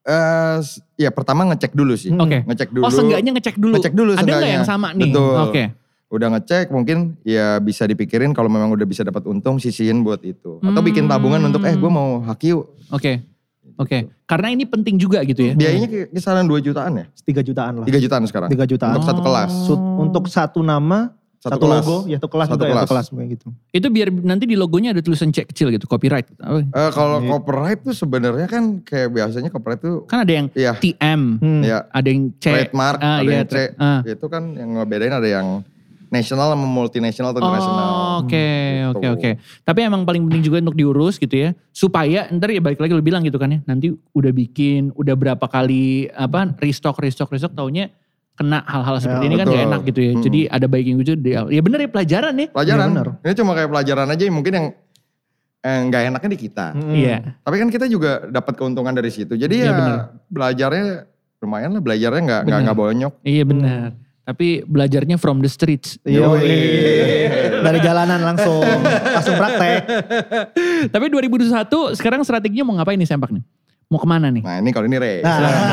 Ya pertama ngecek dulu sih. Ngecek dulu. Oh seenggaknya ngecek dulu. Ada gak yang sama nih? Betul. Udah ngecek mungkin ya bisa dipikirin kalau memang udah bisa dapat untung sisihin buat itu. Atau bikin tabungan untuk gue mau haki yuk. Oke. Karena ini penting juga gitu ya. Biayanya kisaran 2 jutaan ya? 3 jutaan lah. 3 jutaan sekarang. 3 jutaan. Untuk satu kelas. Untuk satu nama. Satu kelas. logo, ya satu kelas juga ya, satu kelas kayak gitu. Itu biar nanti di logonya ada tulisan C kecil gitu, copyright. Kalau copyright tuh sebenarnya kan kayak biasanya copyright tuh. Kan ada yang TM, ada yang C. Trademark, ada yang C. Itu kan yang ngebedain ada yang national sama multinational atau international. Oke. Tapi emang paling penting juga untuk diurus gitu ya. Supaya ntar ya balik lagi lu bilang gitu kan ya. Nanti udah bikin, udah berapa kali restock taunya kena hal-hal seperti ini kan gak enak gitu ya. Jadi ada baiknya juga. Ya bener ya pelajaran nih. Pelajaran. Ya, ini cuma kayak pelajaran aja mungkin yang gak enaknya di kita. Iya. Tapi kan kita juga dapat keuntungan dari situ. Jadi ya belajarnya lumayan lah. Belajarnya gak bonyok. Iya benar. Tapi belajarnya from the streets. Dari jalanan langsung praktek. Tapi 2021 sekarang strateginya mau ngapain nih Sempak nih? Mau kemana nih? Nah ini kalau ini Ray.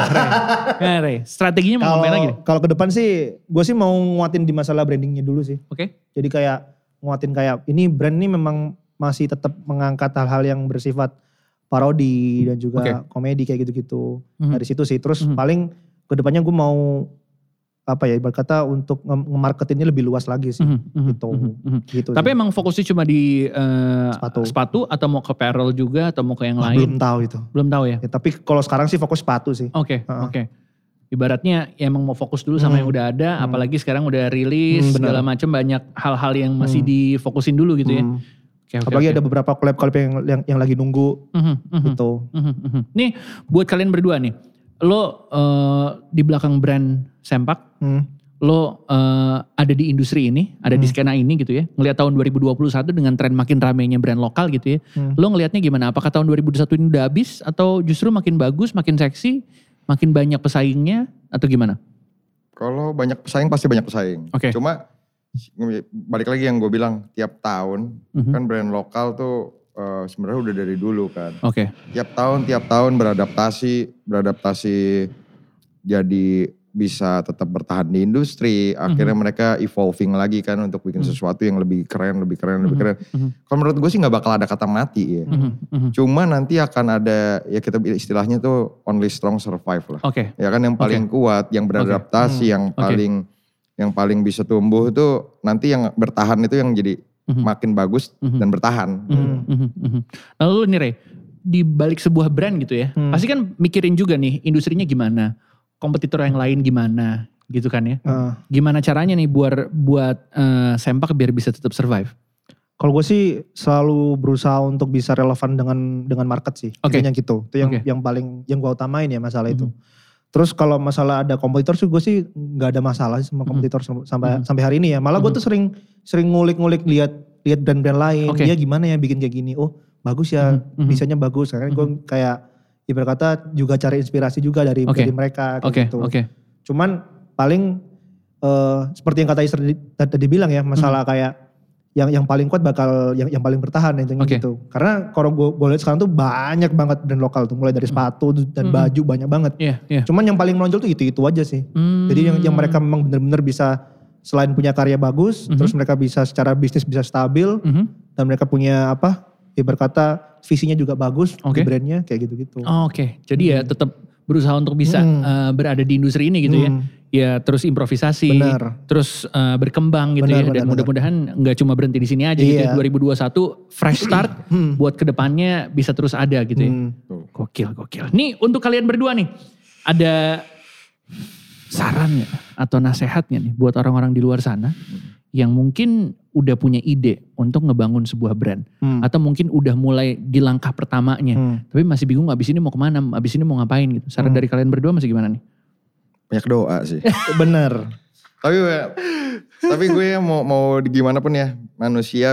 Ray. Strateginya mau ngapain lagi? Kalau ke depan sih, gue sih mau nguatin di masalah brandingnya dulu sih. Oke. Jadi kayak nguatin kayak, ini brand ini memang masih tetap mengangkat hal-hal yang bersifat parodi dan juga komedi kayak gitu-gitu. Dari situ sih, terus paling ke depannya gue mau berkata untuk nge-marketinnya lebih luas lagi sih. Gitu. Tapi emang fokusnya cuma di sepatu atau mau ke apparel juga atau mau ke yang lain? Belum tahu itu. Belum tahu ya? Tapi kalau sekarang sih fokus sepatu sih. Oke. Ibaratnya ya emang mau fokus dulu sama yang udah ada, apalagi sekarang udah rilis segala macam, banyak hal-hal yang masih difokusin dulu gitu ya. Apalagi ada beberapa collab yang lagi nunggu gitu. Nih buat kalian berdua nih, lo di belakang brand Sempak, lo ada di industri ini, ada di skena ini gitu ya. Ngelihat tahun 2021 dengan tren makin ramainya brand lokal gitu ya. Lo ngelihatnya gimana? Apakah tahun 2021 ini udah habis atau justru makin bagus, makin seksi, makin banyak pesaingnya atau gimana? Kalau banyak pesaing pasti banyak pesaing. Cuma balik lagi yang gue bilang tiap tahun kan brand lokal tuh sebenarnya udah dari dulu kan. Tiap tahun beradaptasi jadi bisa tetap bertahan di industri. Akhirnya mereka evolving lagi kan untuk bikin sesuatu yang lebih keren. Kalau menurut gue sih gak bakal ada kata mati ya. Cuma nanti akan ada, ya kita istilahnya tuh only strong survive lah. Ya kan yang paling kuat, yang beradaptasi, yang paling bisa tumbuh itu nanti yang bertahan itu yang jadi makin bagus dan bertahan. Lalu nih Ray, di balik sebuah brand gitu ya, pasti kan mikirin juga nih industrinya gimana, kompetitor yang lain gimana gitu kan ya. Gimana caranya nih buat Sempak biar bisa tetap survive? Kalau gue sih selalu berusaha untuk bisa relevan dengan market sih. Intinya gitu. Itu yang paling yang gue utamain ya masalah itu. Terus kalau masalah ada kompetitor sih gue sih gak ada masalah sama kompetitor sampai hari ini ya. Malah gue tuh sering ngulik-ngulik lihat brand-brand lain. Dia gimana ya bikin kayak gini. Oh bagus ya, desainnya bagus. Karena gue kayak ibarat kata juga cari inspirasi juga dari mereka gitu. Cuman paling seperti yang kata Isra tadi bilang ya, masalah kayak yang paling kuat bakal yang paling bertahan intinya gitu. Karena kalau gue lihat sekarang tuh banyak banget brand lokal tuh, mulai dari sepatu dan baju banyak banget. Cuman yang paling menonjol tuh itu aja sih. Jadi yang mereka memang benar-benar bisa selain punya karya bagus, terus mereka bisa secara bisnis bisa stabil, dan mereka punya berkata visinya juga bagus di brandnya kayak gitu-gitu. Jadi ya tetap berusaha untuk bisa berada di industri ini gitu ya. Ya terus improvisasi, terus berkembang gitu dan mudah-mudahan nggak cuma berhenti di sini aja gitu ya. 2021 fresh start buat kedepannya bisa terus ada gitu ya. Gokil. Nih untuk kalian berdua nih, ada saran gak atau nasehatnya nih buat orang-orang di luar sana yang mungkin udah punya ide untuk ngebangun sebuah brand. Atau mungkin udah mulai di langkah pertamanya. Tapi masih bingung abis ini mau kemana, abis ini mau ngapain gitu. Saran dari kalian berdua masih gimana nih? Banyak doa sih. Bener. Tapi gue mau gimana pun ya, manusia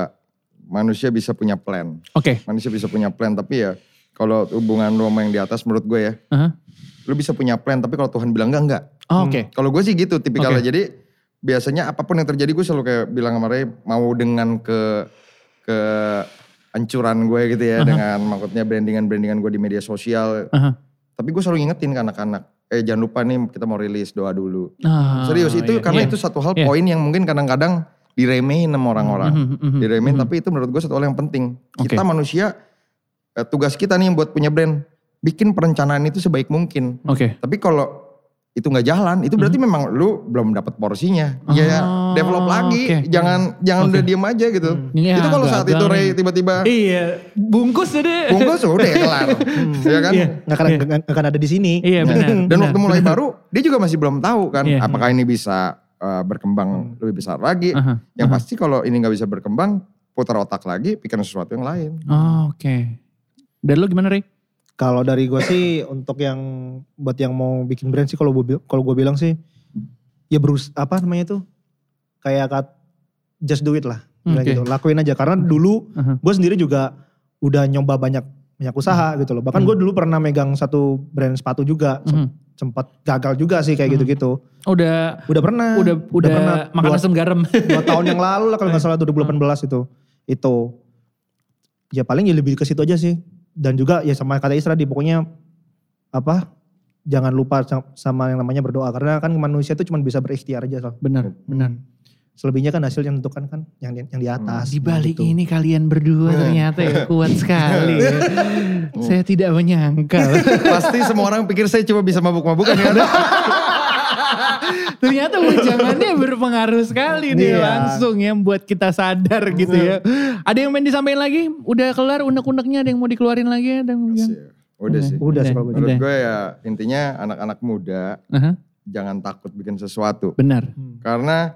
bisa punya plan. Manusia bisa punya plan, tapi ya kalau hubungan lo sama yang di atas menurut gue ya, lo bisa punya plan, tapi kalau Tuhan bilang enggak. Kalau gue sih gitu tipikalnya. Jadi biasanya apapun yang terjadi gue selalu kayak bilang sama Ray, mau dengan ancuran gue gitu ya, dengan maksudnya brandingan gue di media sosial. Tapi gue selalu ngingetin ke anak-anak, jangan lupa nih kita mau rilis, doa dulu. Serius itu karena itu satu hal poin yang mungkin kadang-kadang diremehin sama orang-orang. Diremehin tapi itu menurut gue satu hal yang penting. Kita manusia, tugas kita nih buat punya brand, bikin perencanaan itu sebaik mungkin. Tapi kalau itu gak jalan, itu berarti memang lu belum dapat porsinya. Ya develop lagi, jangan udah diem aja gitu. Itu kalau saat itu Ray tiba-tiba bungkus udah kelar. Ya kan? Gak akan ada di sini. Benar. Dan waktu mulai baru, dia juga masih belum tahu kan apakah ini bisa berkembang lebih besar lagi. Yang pasti kalau ini gak bisa berkembang, putar otak lagi, pikirin sesuatu yang lain. Dan lu gimana Ray? Kalau dari gue sih untuk buat yang mau bikin brand sih kalau gue bilang sih ya kayak just do it lah gitu, lakuin aja karena dulu gue sendiri juga udah nyoba banyak usaha gitu loh, bahkan gue dulu pernah megang satu brand sepatu juga sempat gagal juga sih kayak gitu-gitu. Udah pernah makan asam garam 2 tahun yang lalu lah kalau nggak salah 2018 itu ya paling ya lebih ke situ aja sih. Dan juga ya sama kata Isra pokoknya jangan lupa sama yang namanya berdoa. Karena kan manusia itu cuma bisa berikhtiar aja. Benar. Selebihnya kan hasil yang tentukan kan yang di atas. Di balik ini kalian berdua ternyata ya kuat sekali. Saya tidak menyangka. Pasti semua orang pikir saya cuma bisa mabuk-mabukan ya. Ternyata ujangannya berpengaruh sekali nih langsung ya buat kita sadar gitu ya. Ada yang main disampaikan lagi? Udah kelar unek-uneknya, ada yang mau dikeluarin lagi? Udah sih. Menurut gue ya intinya anak-anak muda jangan takut bikin sesuatu. Benar. Karena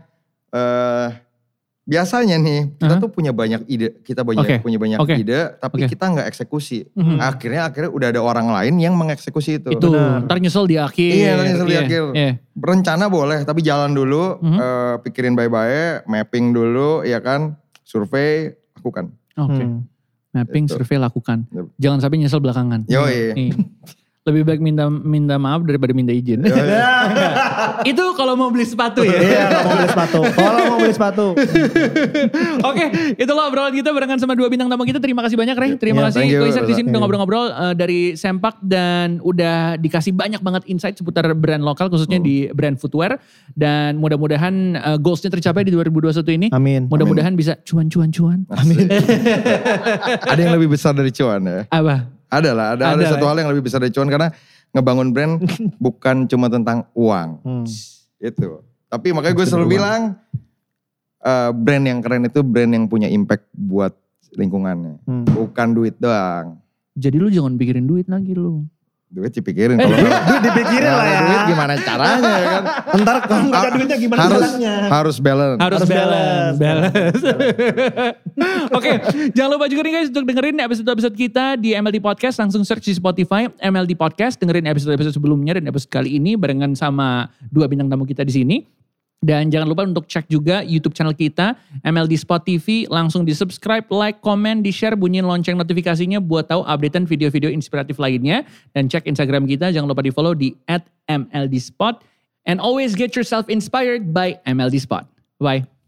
biasanya nih kita tuh punya banyak ide, punya banyak ide, tapi kita nggak eksekusi. Akhirnya udah ada orang lain yang mengeksekusi itu. Itu ntar nyesel di akhir. Iya, nyesel di akhir. Berencana boleh, tapi jalan dulu, pikirin baik-baik, mapping dulu, ya kan, survei, lakukan. Mapping, survei, lakukan. Jangan sampai nyesel belakangan. Yoi. Lebih baik minta maaf daripada minta izin. Itu kalau mau beli sepatu ya. Iya, kalau mau beli sepatu. Kalau mau beli sepatu. Oke, itulah obrolan kita barengan sama 2 bintang tamu kita. Terima kasih banyak, Ray. Terima kasih Koiser di sini udah ngobrol-ngobrol dari Sempak dan udah dikasih banyak banget insight seputar brand lokal khususnya di brand footwear, dan mudah-mudahan goalsnya tercapai di 2021 ini. Amin. Mudah-mudahan bisa cuan. Amin. Ada yang lebih besar dari cuan ya. Apa? Ada satu hal yang lebih besar dari cuan, karena ngebangun brand bukan cuma tentang uang. Itu. Tapi makanya gue selalu bilang brand yang keren itu brand yang punya impact buat lingkungannya. Bukan duit doang. Jadi lu jangan pikirin duit lagi lu. Duit dipikirin. Kalau duit dipikirin lah ya. Duit gimana caranya ya kan. Ntar kalau gak ada duitnya gimana caranya. Harus balance. Harus balance. Oke, jangan lupa juga nih guys untuk dengerin episode-episode kita di MLD Podcast. Langsung search di Spotify MLD Podcast. Dengerin episode-episode sebelumnya dan episode kali ini barengan sama 2 bintang tamu kita di sini. Dan jangan lupa untuk cek juga YouTube channel kita, MLD Spot TV. Langsung di subscribe, like, komen, di share, bunyiin lonceng notifikasinya buat tahu updatean video-video inspiratif lainnya. Dan cek Instagram kita, jangan lupa di follow di @MLDSpot. And always get yourself inspired by MLD Spot. Bye.